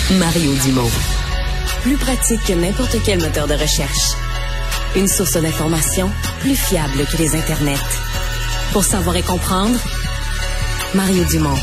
Mario Dumont. Plus pratique que n'importe quel moteur de recherche. Une source d'information plus fiable que les internets. Pour savoir et comprendre, Mario Dumont.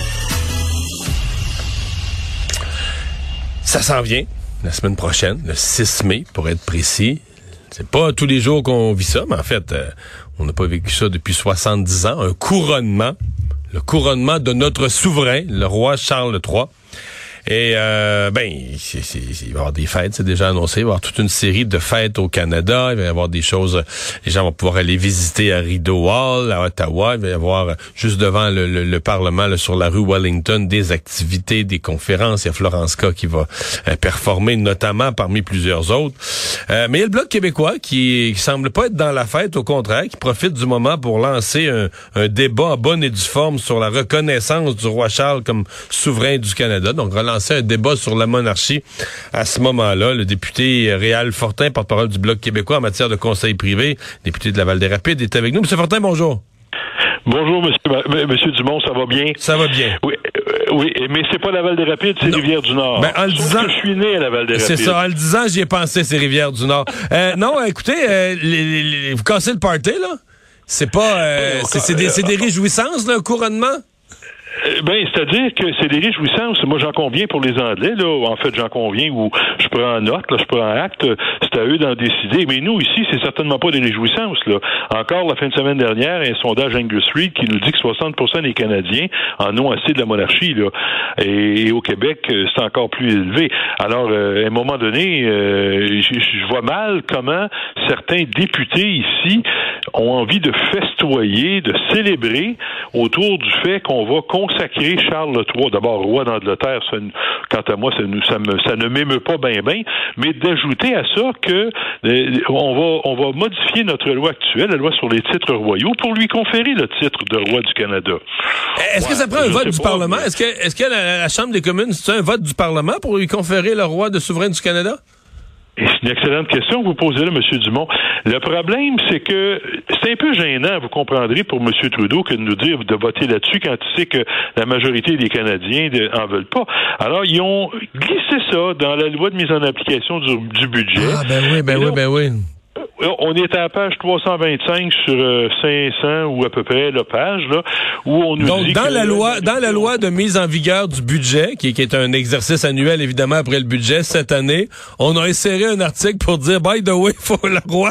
Ça s'en vient la semaine prochaine, le 6 mai, pour être précis. C'est pas tous les jours qu'on vit ça, mais en fait, on n'a pas vécu ça depuis 70 ans. Un couronnement, le couronnement de notre souverain, le roi Charles III. Et il va y avoir des fêtes, c'est déjà annoncé. Il va y avoir toute une série de fêtes au Canada. Il va y avoir des choses, les gens vont pouvoir aller visiter à Rideau Hall, à Ottawa. Il va y avoir juste devant le Parlement, là, sur la rue Wellington, des activités, des conférences. Il y a Florence K qui va performer, notamment parmi plusieurs autres. Mais il y a le Bloc québécois qui semble pas être dans la fête, au contraire, qui profite du moment pour lancer un débat en bonne et due forme sur la reconnaissance du roi Charles comme souverain du Canada. Donc, un débat sur la monarchie à ce moment-là. Le député Réal Fortin, porte-parole du Bloc québécois en matière de conseil privé, député de la Val-des-Rapides, est avec nous. Monsieur Fortin, bonjour. Bonjour, monsieur Dumont, ça va bien? Ça va bien. Oui, mais c'est pas la Val-des-Rapides, c'est Rivière-du-Nord. Ben, en le disant, je suis né à la Val-des-Rapides. C'est ça, en le disant, j'y ai pensé, c'est Rivière-du-Nord. Non, écoutez, vous cassez le party, là? C'est pas... c'est des réjouissances, là, un couronnement? C'est-à-dire que c'est des réjouissances. Moi, j'en conviens pour les Anglais, là. En fait, j'en conviens où je prends note, là, je prends acte. C'est à eux d'en décider. Mais nous, ici, c'est certainement pas des réjouissances, là. Encore la fin de semaine dernière, un sondage Angus Reid qui nous dit que 60% des Canadiens en ont assez de la monarchie, là. Et au Québec, c'est encore plus élevé. Alors, à un moment donné, je vois mal comment certains députés ici ont envie de festoyer, de célébrer autour du fait qu'on va consacrer Charles III, d'abord roi d'Angleterre, quant à moi, ça ne m'émeut pas bien, mais d'ajouter à ça que on va modifier notre loi actuelle, la loi sur les titres royaux, pour lui conférer le titre de roi du Canada. Est-ce que ça prend un vote du Parlement? Est-ce que la Chambre des communes, c'est un vote du Parlement pour lui conférer le roi de souverain du Canada? Et c'est une excellente question que vous posez là, M. Dumont. Le problème, c'est que c'est un peu gênant, vous comprendrez, pour M. Trudeau que de nous dire de voter là-dessus quand il sait que la majorité des Canadiens en veulent pas. Alors, ils ont glissé ça dans la loi de mise en application du budget. Ah, ben oui. On est à la page 325 sur 500 ou à peu près la page là où on nous dit dans la loi de mise en vigueur du budget qui est un exercice annuel évidemment après le budget cette année, on a inséré un article pour dire by the way faut le roi.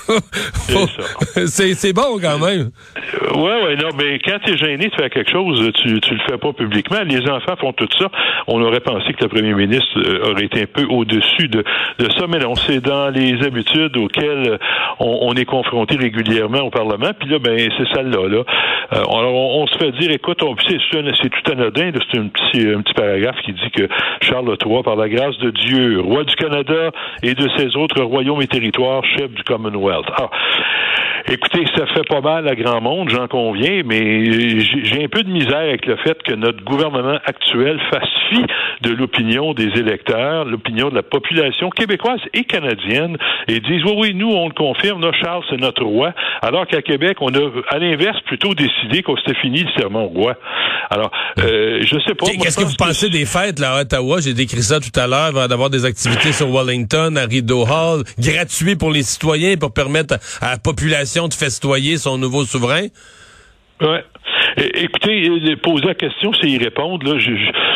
C'est bon quand même. Ouais non mais quand tu es gêné de faire quelque chose, tu le fais pas publiquement. Les enfants font tout ça. On aurait pensé que le premier ministre aurait été un peu au-dessus de ça, mais non, c'est dans les habitudes auxquelles on est confronté régulièrement au Parlement, puis là, c'est celle-là. Là. Alors, on se fait dire, écoute, c'est tout anodin, là, c'est un petit paragraphe qui dit que Charles III, par la grâce de Dieu, roi du Canada et de ses autres royaumes et territoires, chef du Commonwealth. Ah, écoutez, ça fait pas mal à grand monde, j'en conviens, mais j'ai un peu de misère avec le fait que notre gouvernement actuel fasse fi de l'opinion des électeurs, l'opinion de la population québécoise et canadienne, et disent, oui, nous, on le confirme, là, Charles, c'est notre roi, alors qu'à Québec, on a, à l'inverse, plutôt décidé qu'on s'était fini le serment au roi. Alors, je sais pas. Qu'est-ce que vous pensez des fêtes, là, à Ottawa? J'ai décrit ça tout à l'heure, d'avoir des activités sur Wellington, à Rideau Hall, gratuits pour les citoyens, pour permettre à la population de festoyer son nouveau souverain? Ouais. Écoutez, poser la question, c'est y répondre. Là,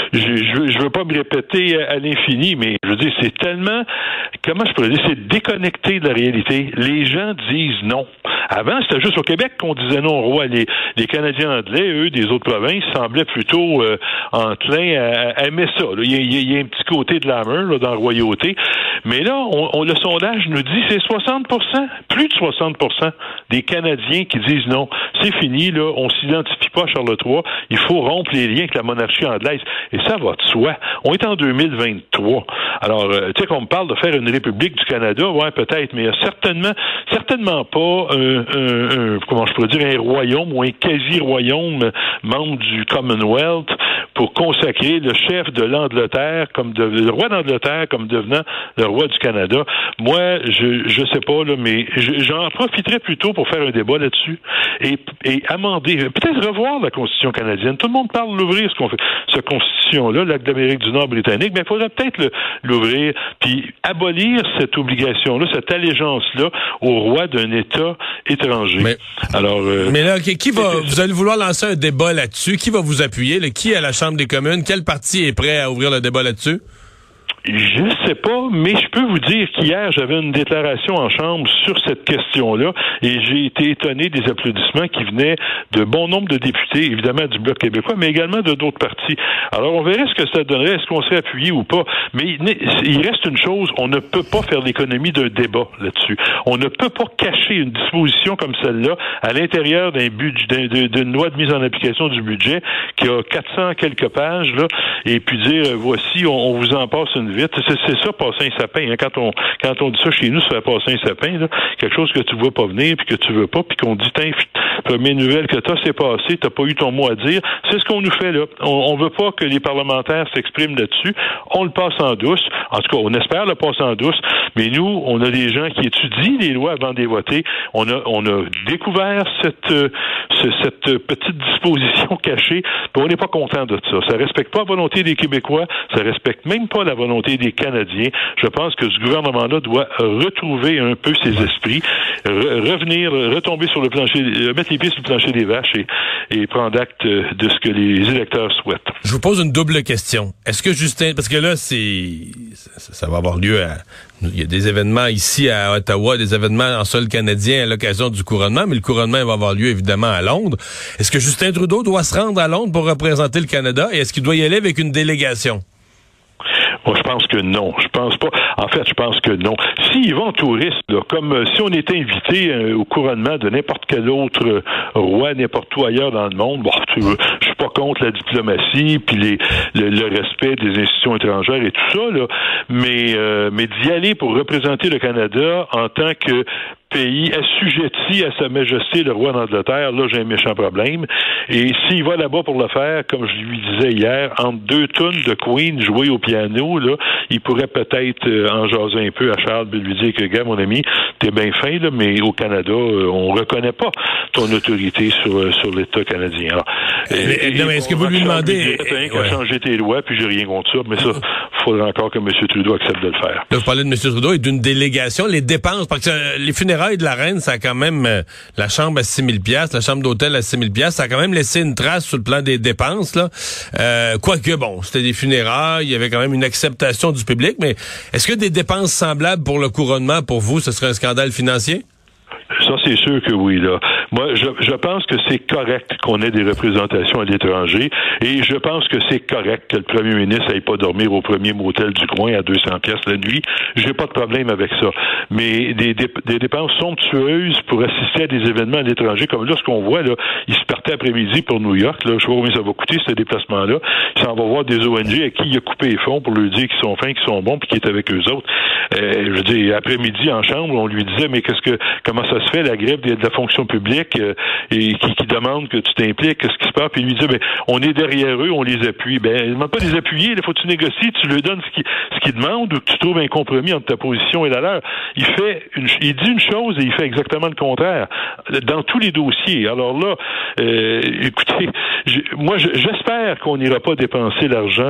je veux pas me répéter à l'infini, mais je veux dire, c'est tellement, comment je pourrais dire, c'est déconnecté de la réalité. Les gens disent non. Avant, c'était juste au Québec qu'on disait non au roi. Les Canadiens anglais, eux, des autres provinces, semblaient plutôt enclins à aimer ça. Là. Il y a un petit côté de l'amour là, dans la royauté. Mais là, le sondage nous dit c'est 60%, plus de 60% des Canadiens qui disent non. C'est fini, là, on s'identifie pas à Charles III, il faut rompre les liens avec la monarchie anglaise. Et ça va de soi. On est en 2023. Alors, tu sais qu'on me parle de faire une République du Canada, ouais, peut-être, mais il y a certainement pas comment je pourrais dire, un royaume ou un quasi-royaume membre du Commonwealth pour consacrer le chef de l'Angleterre le roi d'Angleterre comme devenant le roi du Canada. Moi, je sais pas, là, mais j'en profiterais plutôt pour faire un débat là-dessus et amender, peut-être revoir la Constitution canadienne. Tout le monde parle de l'ouvrir, cette constitution-là, l'acte d'Amérique du Nord britannique, mais il faudrait peut-être l'ouvrir, puis abolir cette obligation-là, cette allégeance-là au roi d'un État étranger. Mais là, vous allez vouloir lancer un débat là-dessus. Qui va vous appuyer? Qui à la Chambre des communes? Quel parti est prêt à ouvrir le débat là-dessus? Je ne sais pas, mais je peux vous dire qu'hier, j'avais une déclaration en Chambre sur cette question-là et j'ai été étonné des applaudissements qui venaient de bon nombre de députés, évidemment du Bloc québécois, mais également de d'autres partis. Alors, on verrait ce que ça donnerait, est-ce qu'on serait appuyé ou pas. Mais il reste une chose, on ne peut pas faire l'économie d'un débat là-dessus. On ne peut pas cacher une disposition comme celle-là à l'intérieur d'une loi de mise en application du budget qui a 400 quelques pages, là, et puis dire, voici, on vous en passe une vite. C'est ça, passer un sapin. Hein. Quand on dit ça chez nous, ça fait passer un sapin. Là. Quelque chose que tu ne vois pas venir, puis que tu veux pas, puis qu'on dit, première nouvelle que t'as, c'est passé, t'as pas eu ton mot à dire. C'est ce qu'on nous fait là. On veut pas que les parlementaires s'expriment là-dessus. On le passe en douce. En tout cas, on espère le passer en douce. Mais nous, on a des gens qui étudient les lois avant de les voter. On a découvert cette petite disposition cachée. Puis on n'est pas content de ça. Ça respecte pas la volonté des Québécois. Ça respecte même pas la volonté des Canadiens. Je pense que ce gouvernement-là doit retrouver un peu ses esprits, retomber sur le plancher, mettre les pieds sur le plancher des vaches et prendre acte de ce que les électeurs souhaitent. Je vous pose une double question. Est-ce que Justin, parce que là, ça va avoir lieu il y a des événements ici à Ottawa, des événements en sol canadien à l'occasion du couronnement, mais le couronnement va avoir lieu évidemment à Londres. Est-ce que Justin Trudeau doit se rendre à Londres pour représenter le Canada et est-ce qu'il doit y aller avec une délégation? Moi, je pense que non. Je pense pas. En fait, je pense que non. S'ils vont en touriste, là, comme si on était invité au couronnement de n'importe quel autre roi, n'importe où ailleurs dans le monde, bon, je suis pas contre la diplomatie puis le respect des institutions étrangères et tout ça, là, mais d'y aller pour représenter le Canada en tant que pays assujetti à Sa Majesté le roi d'Angleterre, là, j'ai un méchant problème. Et s'il va là-bas pour le faire, comme je lui disais hier, entre 2 tunes de Queen jouées au piano, là, il pourrait peut-être en jaser un peu à Charles et lui dire que, gars, mon ami, t'es bien fin, là, mais au Canada, on reconnaît pas ton autorité sur l'État canadien. Alors, mais est-ce que vous lui demandez... T'as changé tes lois, puis j'ai rien contre ça, mais ça, faudra encore que M. Trudeau accepte de le faire. Là, vous parlez de M. Trudeau et d'une délégation, les dépenses, parce que les funérailles de la reine, ça a quand même la chambre à 6 000 $, la chambre d'hôtel à 6 000 $, ça a quand même laissé une trace sur le plan des dépenses, là. Quoique, bon, c'était des funérailles, il y avait quand même une acceptation du public, mais est-ce que des dépenses semblables pour le couronnement, pour vous, ce serait un scandale financier? Ça, c'est sûr que oui, là. Moi, je pense que c'est correct qu'on ait des représentations à l'étranger et je pense que c'est correct que le premier ministre n'aille pas dormir au premier motel du coin à 200 pièces la nuit. J'ai pas de problème avec ça. Mais des dépenses somptueuses pour assister à des événements à l'étranger, comme là, ce qu'on voit, là, il se partait après-midi pour New York, là. Je sais pas combien ça va coûter, ce déplacement-là. Il s'en va voir des ONG à qui il a coupé les fonds pour leur dire qu'ils sont fins, qu'ils sont bons puis qu'ils est avec eux autres. Je veux dire, après-midi, en chambre, on lui disait, mais comment ça se fait, la grève de la fonction publique et qui demande que tu t'impliques, qu'est-ce qui se passe, puis il lui dit, on est derrière eux, on les appuie. Il ne demande pas de les appuyer, il faut que tu négocies, tu lui donnes ce qu'il demande ou que tu trouves un compromis entre ta position et la leur. Il dit une chose et il fait exactement le contraire dans tous les dossiers. Alors là, écoutez, j'espère qu'on n'ira pas dépenser l'argent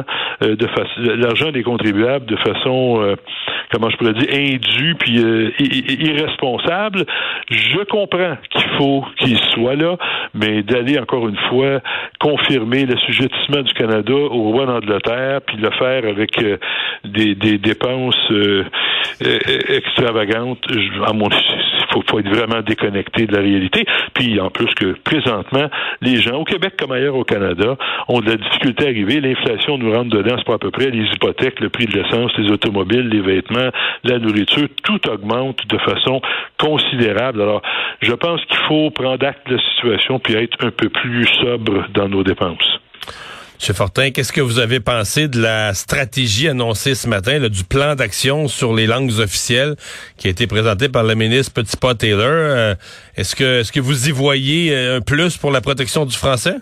des contribuables de façon comment je pourrais dire, indue puis irresponsable. Je comprends qu'il faut qu'il soit là, mais d'aller encore une fois confirmer l'assujettissement du Canada au roi d'Angleterre, puis le faire avec des dépenses extravagantes, à mon avis, il faut être vraiment déconnecté de la réalité. Puis en plus que présentement, les gens au Québec comme ailleurs au Canada ont de la difficulté à arriver. L'inflation nous rentre dedans, c'est pas à peu près les hypothèques, le prix de l'essence, les automobiles, les vêtements, la nourriture, tout augmente de façon considérable. Alors, je pense qu'il faut prendre acte de la situation puis être un peu plus sobre dans nos dépenses. M. Fortin, qu'est-ce que vous avez pensé de la stratégie annoncée ce matin, là, du plan d'action sur les langues officielles qui a été présenté par le ministre Petitpas-Taylor? Est-ce que vous y voyez un plus pour la protection du français?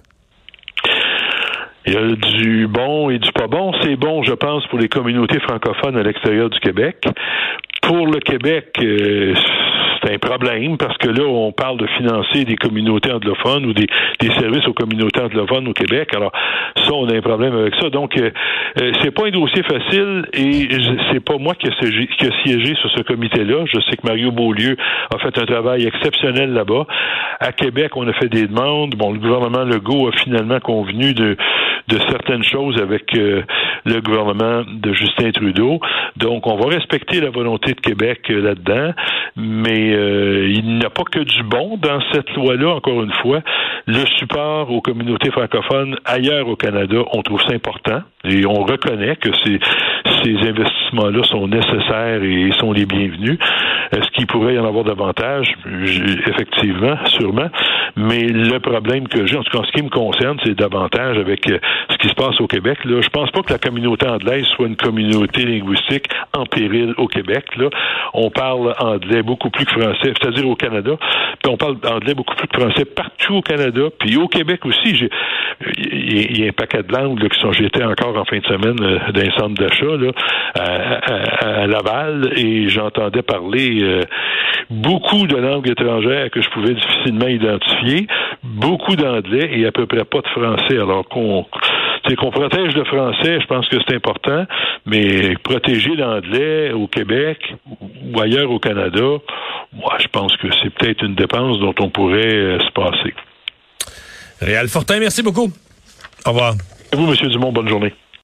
Il y a du bon et du pas bon. C'est bon, je pense, pour les communautés francophones à l'extérieur du Québec. Pour le Québec, c'est c'est un problème parce que là, on parle de financer des communautés anglophones ou des services aux communautés anglophones au Québec. Alors, ça, on a un problème avec ça. Donc, c'est pas un dossier facile et c'est pas moi qui a siégé sur ce comité-là. Je sais que Mario Beaulieu a fait un travail exceptionnel là-bas. À Québec, on a fait des demandes. Bon, le gouvernement Legault a finalement convenu de certaines choses avec le gouvernement de Justin Trudeau. Donc, on va respecter la volonté de Québec là-dedans, mais il n'y a pas que du bon dans cette loi-là, encore une fois. Le support aux communautés francophones ailleurs au Canada, on trouve ça important et on reconnaît que ces investissements-là sont nécessaires et sont les bienvenus. Est-ce qu'il pourrait y en avoir davantage? Effectivement, sûrement. Mais le problème que j'ai, en tout cas en ce qui me concerne, c'est davantage avec ce qui se passe au Québec. Là, je pense pas que la communauté anglaise soit une communauté linguistique en péril au Québec. Là, on parle anglais beaucoup plus que français, c'est-à-dire au Canada. Puis on parle anglais beaucoup plus que français partout au Canada. Puis au Québec aussi, il y a un paquet de langues là, j'étais encore en fin de semaine dans un centre d'achat là, à Laval et j'entendais parler beaucoup de langues étrangères que je pouvais difficilement identifier, beaucoup d'anglais et à peu près pas de français. Alors qu'on protège le français, je pense que c'est important, mais protéger l'anglais au Québec ou ailleurs au Canada, moi, je pense que c'est peut-être une dépense dont on pourrait se passer. Réal Fortin, merci beaucoup. Au revoir. Et vous, M. Dumont, bonne journée.